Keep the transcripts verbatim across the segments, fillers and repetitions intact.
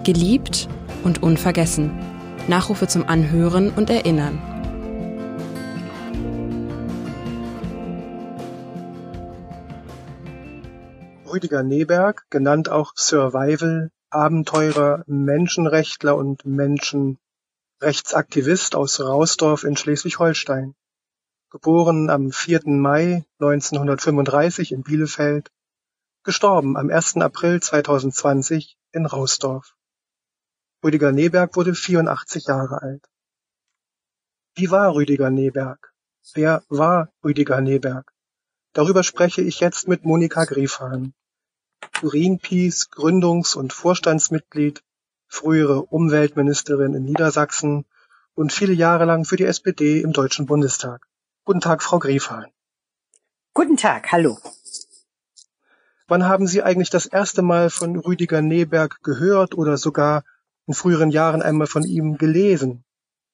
Geliebt und unvergessen. Nachrufe zum Anhören und Erinnern. Rüdiger Neberg, genannt auch Survival, Abenteurer, Menschenrechtler und Menschenrechtsaktivist aus Rausdorf in Schleswig-Holstein. Geboren am vierten Mai neunzehnhundertfünfunddreißig in Bielefeld, gestorben am ersten April zweitausendzwanzig in Rausdorf. Rüdiger Neberg wurde vierundachtzig Jahre alt. Wie war Rüdiger Neberg? Wer war Rüdiger Neberg? Darüber spreche ich jetzt mit Monika Griefahn, Greenpeace Gründungs- und Vorstandsmitglied, frühere Umweltministerin in Niedersachsen und viele Jahre lang für die S P D im Deutschen Bundestag. Guten Tag, Frau Griefahn. Guten Tag, hallo. Wann haben Sie eigentlich das erste Mal von Rüdiger Neberg gehört oder sogar in früheren Jahren einmal von ihm gelesen?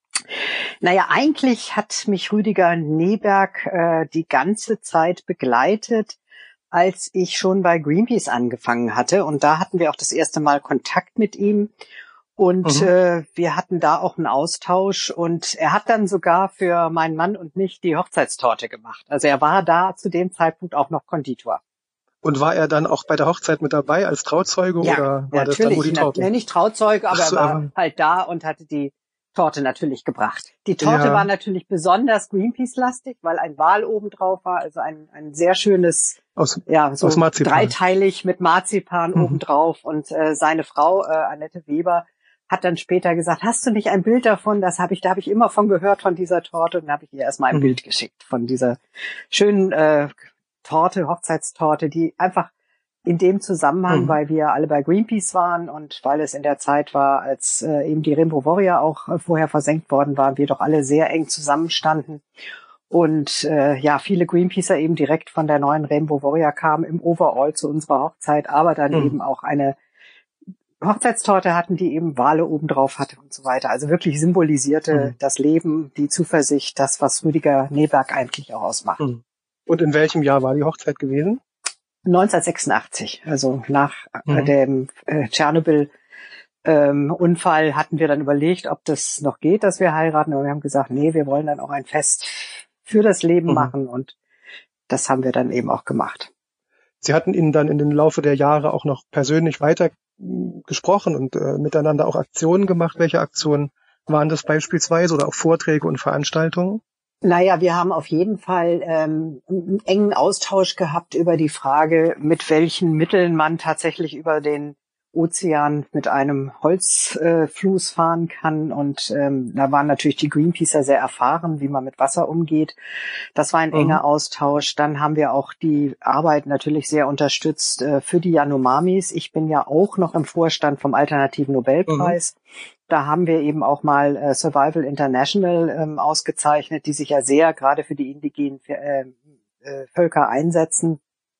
Naja, eigentlich hat mich Rüdiger Neberg äh, die ganze Zeit begleitet, als ich schon bei Greenpeace angefangen hatte. Und da hatten wir auch das erste Mal Kontakt mit ihm. Und mhm. äh, wir hatten da auch einen Austausch. Und er hat dann sogar für meinen Mann und mich die Hochzeitstorte gemacht. Also er war da zu dem Zeitpunkt auch noch Konditor. Und war er dann auch bei der Hochzeit mit dabei als Trauzeuge ja, oder war das dann nur die Torte? Ja, nicht Trauzeuge, aber so, er war ähm, halt da und hatte die Torte natürlich gebracht. Die Torte ja. war natürlich besonders Greenpeace-lastig, weil ein Wal oben drauf war, also ein ein sehr schönes, aus, ja, so aus Marzipan. dreiteilig mit Marzipan mhm. obendrauf. Und äh, seine Frau, äh, Annette Weber, hat dann später gesagt, hast du nicht ein Bild davon? Das habe ich, da habe ich immer von gehört, von dieser Torte. Und dann habe ich ihr erstmal ein mhm. Bild geschickt von dieser schönen äh, Torte, Hochzeitstorte, die einfach in dem Zusammenhang, mhm. weil wir alle bei Greenpeace waren und weil es in der Zeit war, als äh, eben die Rainbow Warrior auch äh, vorher versenkt worden war, wir doch alle sehr eng zusammenstanden. Und äh, ja, viele Greenpeacer eben direkt von der neuen Rainbow Warrior kamen im Overall zu unserer Hochzeit, aber dann mhm. eben auch eine Hochzeitstorte hatten, die eben Wale obendrauf hatte und so weiter. Also wirklich symbolisierte mhm. das Leben, die Zuversicht, das, was Rüdiger Neberg eigentlich auch ausmacht. Mhm. Und in welchem Jahr war die Hochzeit gewesen? neunzehnhundertsechsundachtzig, also nach mhm. dem äh, Tschernobyl-Unfall ähm, hatten wir dann überlegt, ob das noch geht, dass wir heiraten. Aber wir haben gesagt, nee, wir wollen dann auch ein Fest für das Leben mhm. machen. Und das haben wir dann eben auch gemacht. Sie hatten ihn dann in den Laufe der Jahre auch noch persönlich weiter gesprochen und äh, miteinander auch Aktionen gemacht. Welche Aktionen waren das beispielsweise oder auch Vorträge und Veranstaltungen? Naja, wir haben auf jeden Fall ähm, einen engen Austausch gehabt über die Frage, mit welchen Mitteln man tatsächlich über den Ozean mit einem Holzfluss äh, fahren kann. Und ähm, da waren natürlich die Greenpeacer sehr erfahren, wie man mit Wasser umgeht. Das war ein mhm. enger Austausch. Dann haben wir auch die Arbeit natürlich sehr unterstützt äh, für die Yanomamis. Ich bin ja auch noch im Vorstand vom Alternativen Nobelpreis. Mhm. Da haben wir eben auch mal äh, Survival International ähm, ausgezeichnet, die sich ja sehr gerade für die indigenen äh, äh, Völker einsetzen.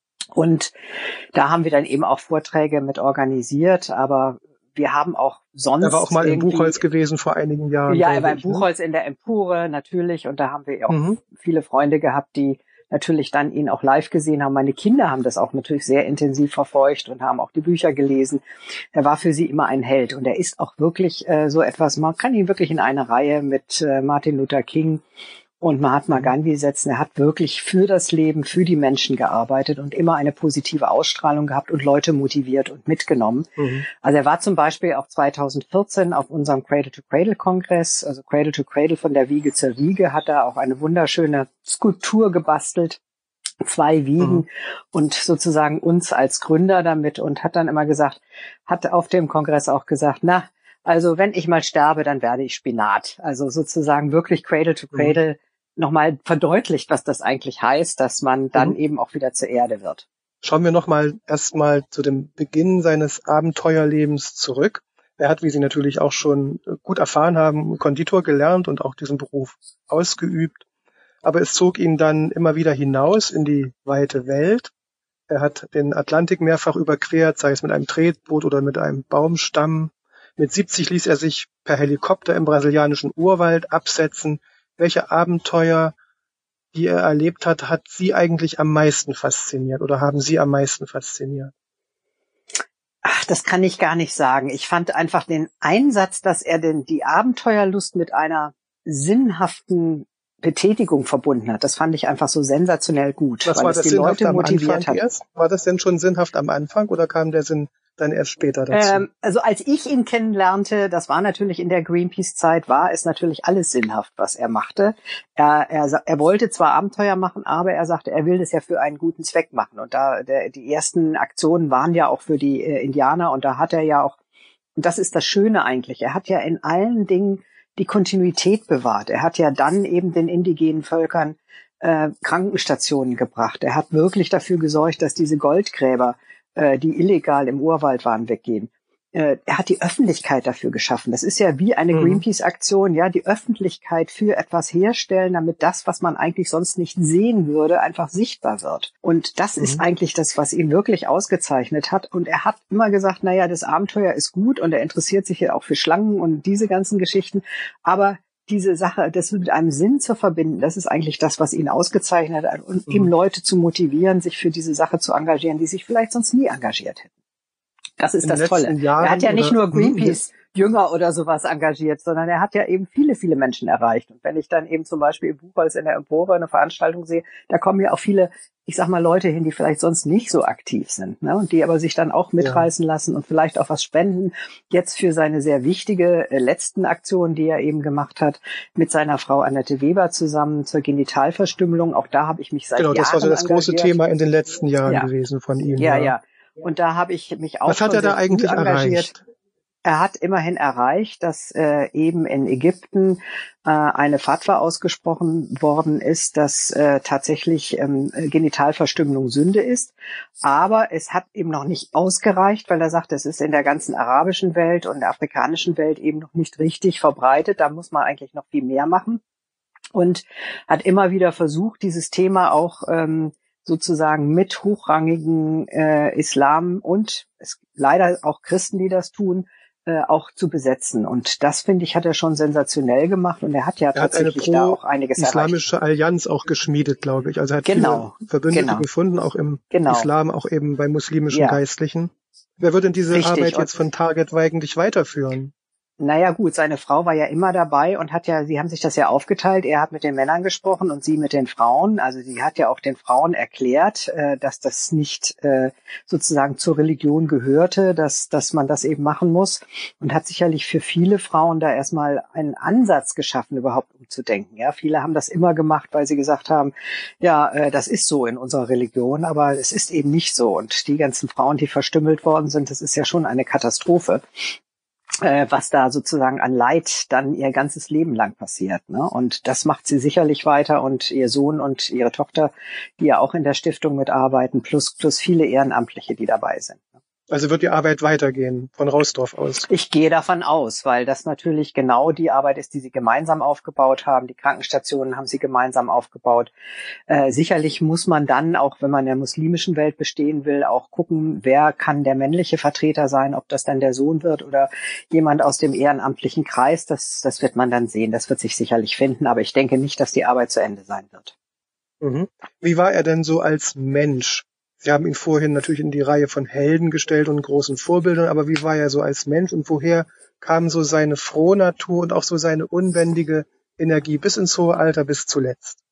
Und da haben wir dann eben auch Vorträge mit organisiert, aber wir haben auch sonst Er war auch mal in Buchholz gewesen vor einigen Jahren. Ja, er war in Buchholz in der Empure natürlich und da haben wir auch mhm. viele Freunde gehabt, die natürlich dann ihn auch live gesehen haben. Meine Kinder haben das auch natürlich sehr intensiv verfolgt und haben auch die Bücher gelesen. Er war für sie immer ein Held und er ist auch wirklich äh, so etwas, man kann ihn wirklich in eine Reihe mit äh, Martin Luther King und Mahatma Gandhi setzen. Er hat wirklich für das Leben, für die Menschen gearbeitet und immer eine positive Ausstrahlung gehabt und Leute motiviert und mitgenommen. Mhm. Also er war zum Beispiel auch zweitausendvierzehn auf unserem Cradle-to-Cradle-Kongress, also Cradle-to-Cradle von der Wiege zur Wiege, hat er auch eine wunderschöne Skulptur gebastelt, zwei Wiegen mhm. und sozusagen uns als Gründer damit und hat dann immer gesagt, hat auf dem Kongress auch gesagt, na, also wenn ich mal sterbe, dann werde ich Spinat. Also sozusagen wirklich Cradle-to-Cradle. Mhm. Nochmal verdeutlicht, was das eigentlich heißt, dass man dann mhm. eben auch wieder zur Erde wird. Schauen wir nochmal erstmal zu dem Beginn seines Abenteuerlebens zurück. Er hat, wie Sie natürlich auch schon gut erfahren haben, Konditor gelernt und auch diesen Beruf ausgeübt. Aber es zog ihn dann immer wieder hinaus in die weite Welt. Er hat den Atlantik mehrfach überquert, sei es mit einem Tretboot oder mit einem Baumstamm. Mit siebzig ließ er sich per Helikopter im brasilianischen Urwald absetzen. Welche Abenteuer, die er erlebt hat, hat Sie eigentlich am meisten fasziniert oder haben Sie am meisten fasziniert? Ach, das kann ich gar nicht sagen. Ich fand einfach den Einsatz, dass er denn die Abenteuerlust mit einer sinnhaften Betätigung verbunden hat. Das fand ich einfach so sensationell gut, Was weil war es das die sinnhaft Leute am motiviert Anfang hat. erst? War das denn schon sinnhaft am Anfang oder kam der Sinn dann erst später dazu? Ähm, also als ich ihn kennenlernte, das war natürlich in der Greenpeace-Zeit, war es natürlich alles sinnhaft, was er machte. Er, er, er wollte zwar Abenteuer machen, aber er sagte, er will das ja für einen guten Zweck machen. Und da der, die ersten Aktionen waren ja auch für die äh, Indianer und da hat er ja auch, und das ist das Schöne eigentlich, er hat ja in allen Dingen die Kontinuität bewahrt. Er hat ja dann eben den indigenen Völkern äh, Krankenstationen gebracht. Er hat wirklich dafür gesorgt, dass diese Goldgräber, äh, die illegal im Urwald waren, weggehen. Äh, er hat die Öffentlichkeit dafür geschaffen. Das ist ja wie eine Mhm. Greenpeace-Aktion, ja, die Öffentlichkeit für etwas herstellen, damit das, was man eigentlich sonst nicht sehen würde, einfach sichtbar wird. Und das Mhm. ist eigentlich das, was ihn wirklich ausgezeichnet hat. Und er hat immer gesagt, naja, das Abenteuer ist gut und er interessiert sich ja auch für Schlangen und diese ganzen Geschichten. Aber diese Sache, das mit einem Sinn zu verbinden, das ist eigentlich das, was ihn ausgezeichnet hat. Und Mhm. eben Leute zu motivieren, sich für diese Sache zu engagieren, die sich vielleicht sonst nie engagiert hätten. Das ist In den das Tolle. letzten Jahren Er hat ja nicht oder- nur Greenpeace Jünger oder sowas engagiert, sondern er hat ja eben viele, viele Menschen erreicht. Und wenn ich dann eben zum Beispiel im Buchholz in der Empore eine Veranstaltung sehe, da kommen ja auch viele, ich sag mal, Leute hin, die vielleicht sonst nicht so aktiv sind, ne? Und die aber sich dann auch mitreißen lassen und vielleicht auch was spenden. Jetzt für seine sehr wichtige äh, letzten Aktion, die er eben gemacht hat, mit seiner Frau Annette Weber zusammen zur Genitalverstümmelung. Auch da habe ich mich seit Genau, Jahren das war so das große engagiert. Thema in den letzten Jahren Ja. gewesen von ihm. Ja, ja. Und da habe ich mich auch Was hat schon er da sehr früh eigentlich engagiert. erreicht? Er hat immerhin erreicht, dass äh, eben in Ägypten äh, eine Fatwa ausgesprochen worden ist, dass äh, tatsächlich ähm, Genitalverstümmelung Sünde ist. Aber es hat eben noch nicht ausgereicht, weil er sagt, es ist in der ganzen arabischen Welt und der afrikanischen Welt eben noch nicht richtig verbreitet. Da muss man eigentlich noch viel mehr machen. Und hat immer wieder versucht, dieses Thema auch ähm, sozusagen mit hochrangigen äh, Islam und es, leider auch Christen, die das tun, äh, auch zu besetzen. Und das, finde ich, hat er schon sensationell gemacht. Und er hat ja Er hat eine tatsächlich da auch einiges erreicht. pro-islamische Allianz auch geschmiedet, glaube ich. Also er hat Genau, viele Verbündete genau. gefunden, auch im Genau. Islam, auch eben bei muslimischen Ja. Geistlichen. Wer wird denn diese Richtig. Arbeit Und- jetzt von Target eigentlich weiterführen? Naja gut, seine Frau war ja immer dabei und hat ja, sie haben sich das ja aufgeteilt. Er hat mit den Männern gesprochen und sie mit den Frauen. Also sie hat ja auch den Frauen erklärt, äh, dass das nicht äh, sozusagen zur Religion gehörte, dass dass man das eben machen muss und hat sicherlich für viele Frauen da erstmal einen Ansatz geschaffen, überhaupt umzudenken. Ja, viele haben das immer gemacht, weil sie gesagt haben, ja, äh, das ist so in unserer Religion, aber es ist eben nicht so. Und die ganzen Frauen, die verstümmelt worden sind, das ist ja schon eine Katastrophe, äh, was da sozusagen an Leid dann ihr ganzes Leben lang passiert, ne? Und das macht sie sicherlich weiter und ihr Sohn und ihre Tochter, die ja auch in der Stiftung mitarbeiten, plus plus viele Ehrenamtliche, die dabei sind. Also wird die Arbeit weitergehen, von Rausdorf aus? Ich gehe davon aus, weil das natürlich genau die Arbeit ist, die sie gemeinsam aufgebaut haben. Die Krankenstationen haben sie gemeinsam aufgebaut. Äh, sicherlich muss man dann, auch wenn man in der muslimischen Welt bestehen will, auch gucken, wer kann der männliche Vertreter sein, ob das dann der Sohn wird oder jemand aus dem ehrenamtlichen Kreis. Das, das wird man dann sehen. Das wird sich sicherlich finden, aber ich denke nicht, dass die Arbeit zu Ende sein wird. Mhm. Wie war er denn so als Mensch? Sie haben ihn vorhin natürlich in die Reihe von Helden gestellt und großen Vorbildern, aber wie war er so als Mensch und woher kam so seine frohe Natur und auch so seine unbändige Energie bis ins hohe Alter, bis zuletzt?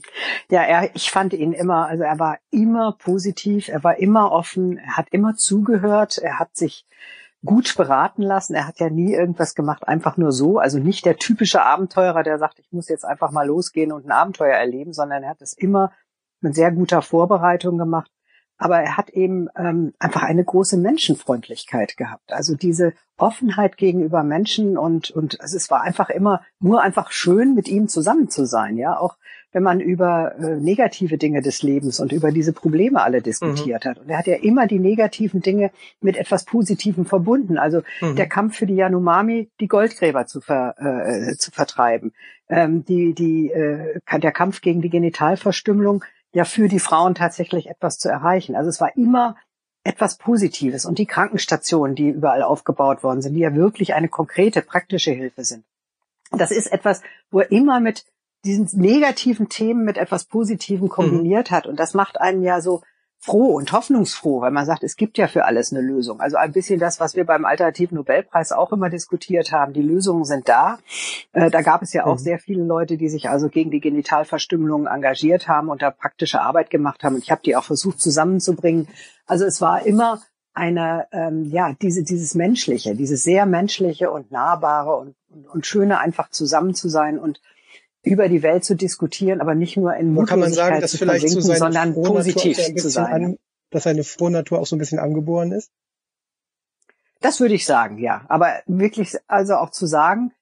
Ja, er, ich fand ihn immer, also er war immer positiv, er war immer offen, er hat immer zugehört, er hat sich gut beraten lassen, er hat ja nie irgendwas gemacht, einfach nur so, also nicht der typische Abenteurer, der sagt, ich muss jetzt einfach mal losgehen und ein Abenteuer erleben, sondern er hat es immer mit sehr guter Vorbereitung gemacht. Aber er hat eben ähm, einfach eine große Menschenfreundlichkeit gehabt. Also diese Offenheit gegenüber Menschen und und also es war einfach immer nur einfach schön, mit ihm zusammen zu sein. Ja, auch wenn man über äh, negative Dinge des Lebens und über diese Probleme alle diskutiert mhm. hat. Und er hat ja immer die negativen Dinge mit etwas Positivem verbunden. Also mhm. der Kampf für die Yanomami, die Goldgräber zu ver, äh, zu vertreiben, ähm, die die äh, der Kampf gegen die Genitalverstümmelung, ja für die Frauen tatsächlich etwas zu erreichen. Also es war immer etwas Positives. Und die Krankenstationen, die überall aufgebaut worden sind, die ja wirklich eine konkrete, praktische Hilfe sind. Das ist etwas, wo er immer mit diesen negativen Themen mit etwas Positivem kombiniert mhm. hat. Und das macht einen ja so froh und hoffnungsfroh, weil man sagt, es gibt ja für alles eine Lösung. Also ein bisschen das, was wir beim Alternativen Nobelpreis auch immer diskutiert haben. Die Lösungen sind da. Äh, da gab es ja auch mhm. sehr viele Leute, die sich also gegen die Genitalverstümmelung engagiert haben und da praktische Arbeit gemacht haben. Und ich habe die auch versucht zusammenzubringen. Also es war immer eine, ähm, ja, diese dieses Menschliche, dieses sehr Menschliche und Nahbare und, und, und Schöne, einfach zusammen zu sein und über die Welt zu diskutieren, aber nicht nur in Mutlosigkeit kann man sagen, dass zu vielleicht versinken, so sondern positiv so zu sein. An, dass seine Frohnatur auch so ein bisschen angeboren ist? Das würde ich sagen, ja. Aber wirklich, also auch zu sagen,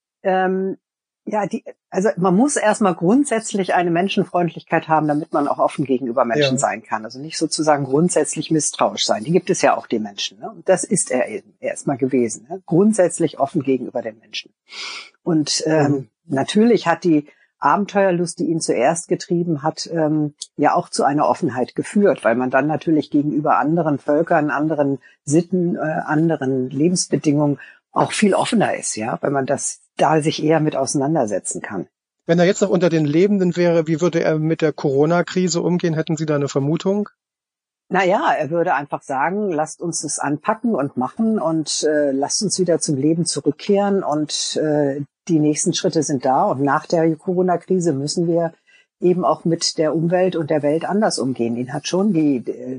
ähm, ja, die, also man muss erstmal grundsätzlich eine Menschenfreundlichkeit haben, damit man auch offen gegenüber Menschen ja. sein kann. Also nicht sozusagen grundsätzlich misstrauisch sein. Die gibt es ja auch, die Menschen. Ne? Und das ist er eben erstmal gewesen. Ne? Grundsätzlich offen gegenüber den Menschen. Und ähm, mhm. natürlich hat die Abenteuerlust, die ihn zuerst getrieben hat, ähm, ja auch zu einer Offenheit geführt, weil man dann natürlich gegenüber anderen Völkern, anderen Sitten, äh, anderen Lebensbedingungen auch viel offener ist, ja, weil man das da sich eher mit auseinandersetzen kann. Wenn er jetzt noch unter den Lebenden wäre, wie würde er mit der Corona-Krise umgehen? Hätten Sie da eine Vermutung? Naja, er würde einfach sagen, lasst uns das anpacken und machen und äh, lasst uns wieder zum Leben zurückkehren und äh, die nächsten Schritte sind da und nach der Corona-Krise müssen wir eben auch mit der Umwelt und der Welt anders umgehen. Ihn hat schon die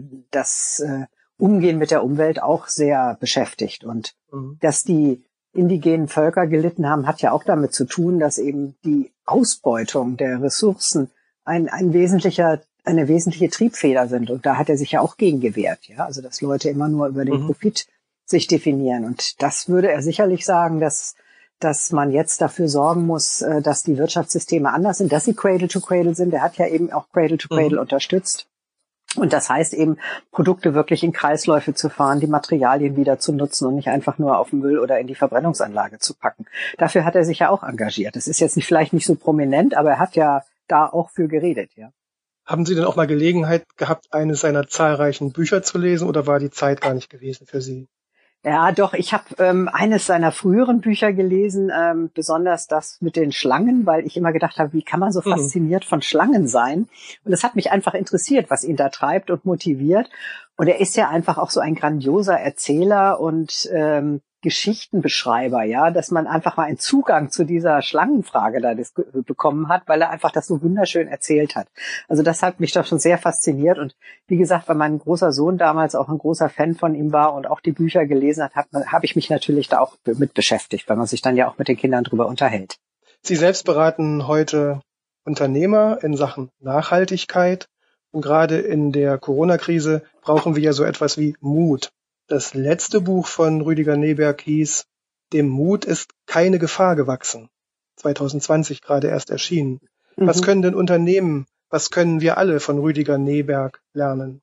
das äh, Umgehen mit der Umwelt auch sehr beschäftigt und mhm. dass die indigenen Völker gelitten haben, hat ja auch damit zu tun, dass eben die Ausbeutung der Ressourcen ein ein wesentlicher eine wesentliche Triebfeder sind und da hat er sich ja auch gegen gewehrt, ja, also dass Leute immer nur über den mhm. Profit sich definieren und das würde er sicherlich sagen, dass dass man jetzt dafür sorgen muss, dass die Wirtschaftssysteme anders sind, dass sie Cradle-to-Cradle sind. Er hat ja eben auch Cradle-to-Cradle mhm. unterstützt. Und das heißt eben, Produkte wirklich in Kreisläufe zu fahren, die Materialien wieder zu nutzen und nicht einfach nur auf den Müll oder in die Verbrennungsanlage zu packen. Dafür hat er sich ja auch engagiert. Das ist jetzt nicht, vielleicht nicht so prominent, aber er hat ja da auch für geredet, ja. Haben Sie denn auch mal Gelegenheit gehabt, eines seiner zahlreichen Bücher zu lesen oder war die Zeit gar nicht gewesen für Sie? Ja, doch, ich habe ähm, eines seiner früheren Bücher gelesen, ähm, besonders das mit den Schlangen, weil ich immer gedacht habe, wie kann man so mhm. fasziniert von Schlangen sein? Und es hat mich einfach interessiert, was ihn da treibt und motiviert. Und er ist ja einfach auch so ein grandioser Erzähler und ähm, Geschichtenbeschreiber, ja, dass man einfach mal einen Zugang zu dieser Schlangenfrage da bekommen hat, weil er einfach das so wunderschön erzählt hat. Also das hat mich doch schon sehr fasziniert und wie gesagt, weil mein großer Sohn damals auch ein großer Fan von ihm war und auch die Bücher gelesen hat, habe hab ich mich natürlich da auch mit beschäftigt, weil man sich dann ja auch mit den Kindern drüber unterhält. Sie selbst beraten heute Unternehmer in Sachen Nachhaltigkeit und gerade in der Corona-Krise brauchen wir ja so etwas wie Mut. Das letzte Buch von Rüdiger Neberg hieß Dem Mut ist keine Gefahr gewachsen. zwanzig zwanzig gerade erst erschienen. Mhm. Was können denn Unternehmen, was können wir alle von Rüdiger Neberg lernen?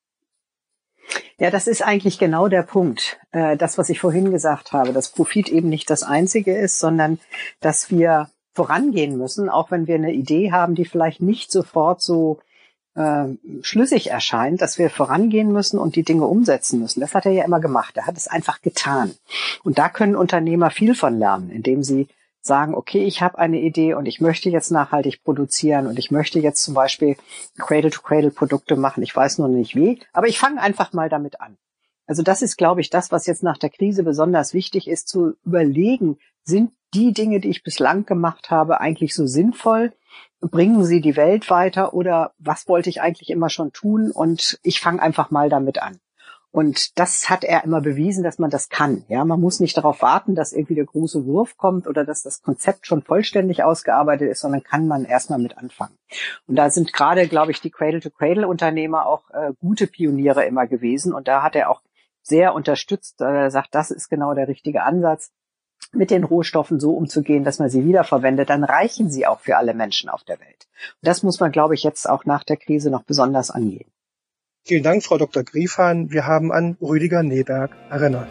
Ja, das ist eigentlich genau der Punkt. Äh, das, was ich vorhin gesagt habe, dass Profit eben nicht das Einzige ist, sondern dass wir vorangehen müssen, auch wenn wir eine Idee haben, die vielleicht nicht sofort so äh, schlüssig erscheint, dass wir vorangehen müssen und die Dinge umsetzen müssen. Das hat er ja immer gemacht. Er hat es einfach getan. Und da können Unternehmer viel von lernen, indem sie sagen, okay, ich habe eine Idee und ich möchte jetzt nachhaltig produzieren und ich möchte jetzt zum Beispiel Cradle-to-Cradle-Produkte machen. Ich weiß nur nicht wie, aber ich fange einfach mal damit an. Also das ist, glaube ich, das, was jetzt nach der Krise besonders wichtig ist, zu überlegen, sind die Dinge, die ich bislang gemacht habe, eigentlich so sinnvoll? Bringen sie die Welt weiter oder was wollte ich eigentlich immer schon tun? Und ich fange einfach mal damit an. Und das hat er immer bewiesen, dass man das kann. Ja, man muss nicht darauf warten, dass irgendwie der große Wurf kommt oder dass das Konzept schon vollständig ausgearbeitet ist, sondern kann man erstmal mit anfangen. Und da sind gerade, glaube ich, die Cradle-to-Cradle-Unternehmer auch äh, gute Pioniere immer gewesen. Und da hat er auch sehr unterstützt. Er sagt, das ist genau der richtige Ansatz, mit den Rohstoffen so umzugehen, dass man sie wiederverwendet. Dann reichen sie auch für alle Menschen auf der Welt. Und das muss man, glaube ich, jetzt auch nach der Krise noch besonders angehen. Vielen Dank, Frau Doktor Griefahn. Wir haben an Rüdiger Neberg erinnert.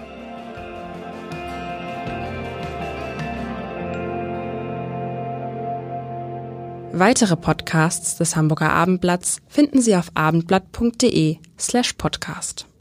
Weitere Podcasts des Hamburger Abendblatts finden Sie auf abendblatt punkt de slash podcast.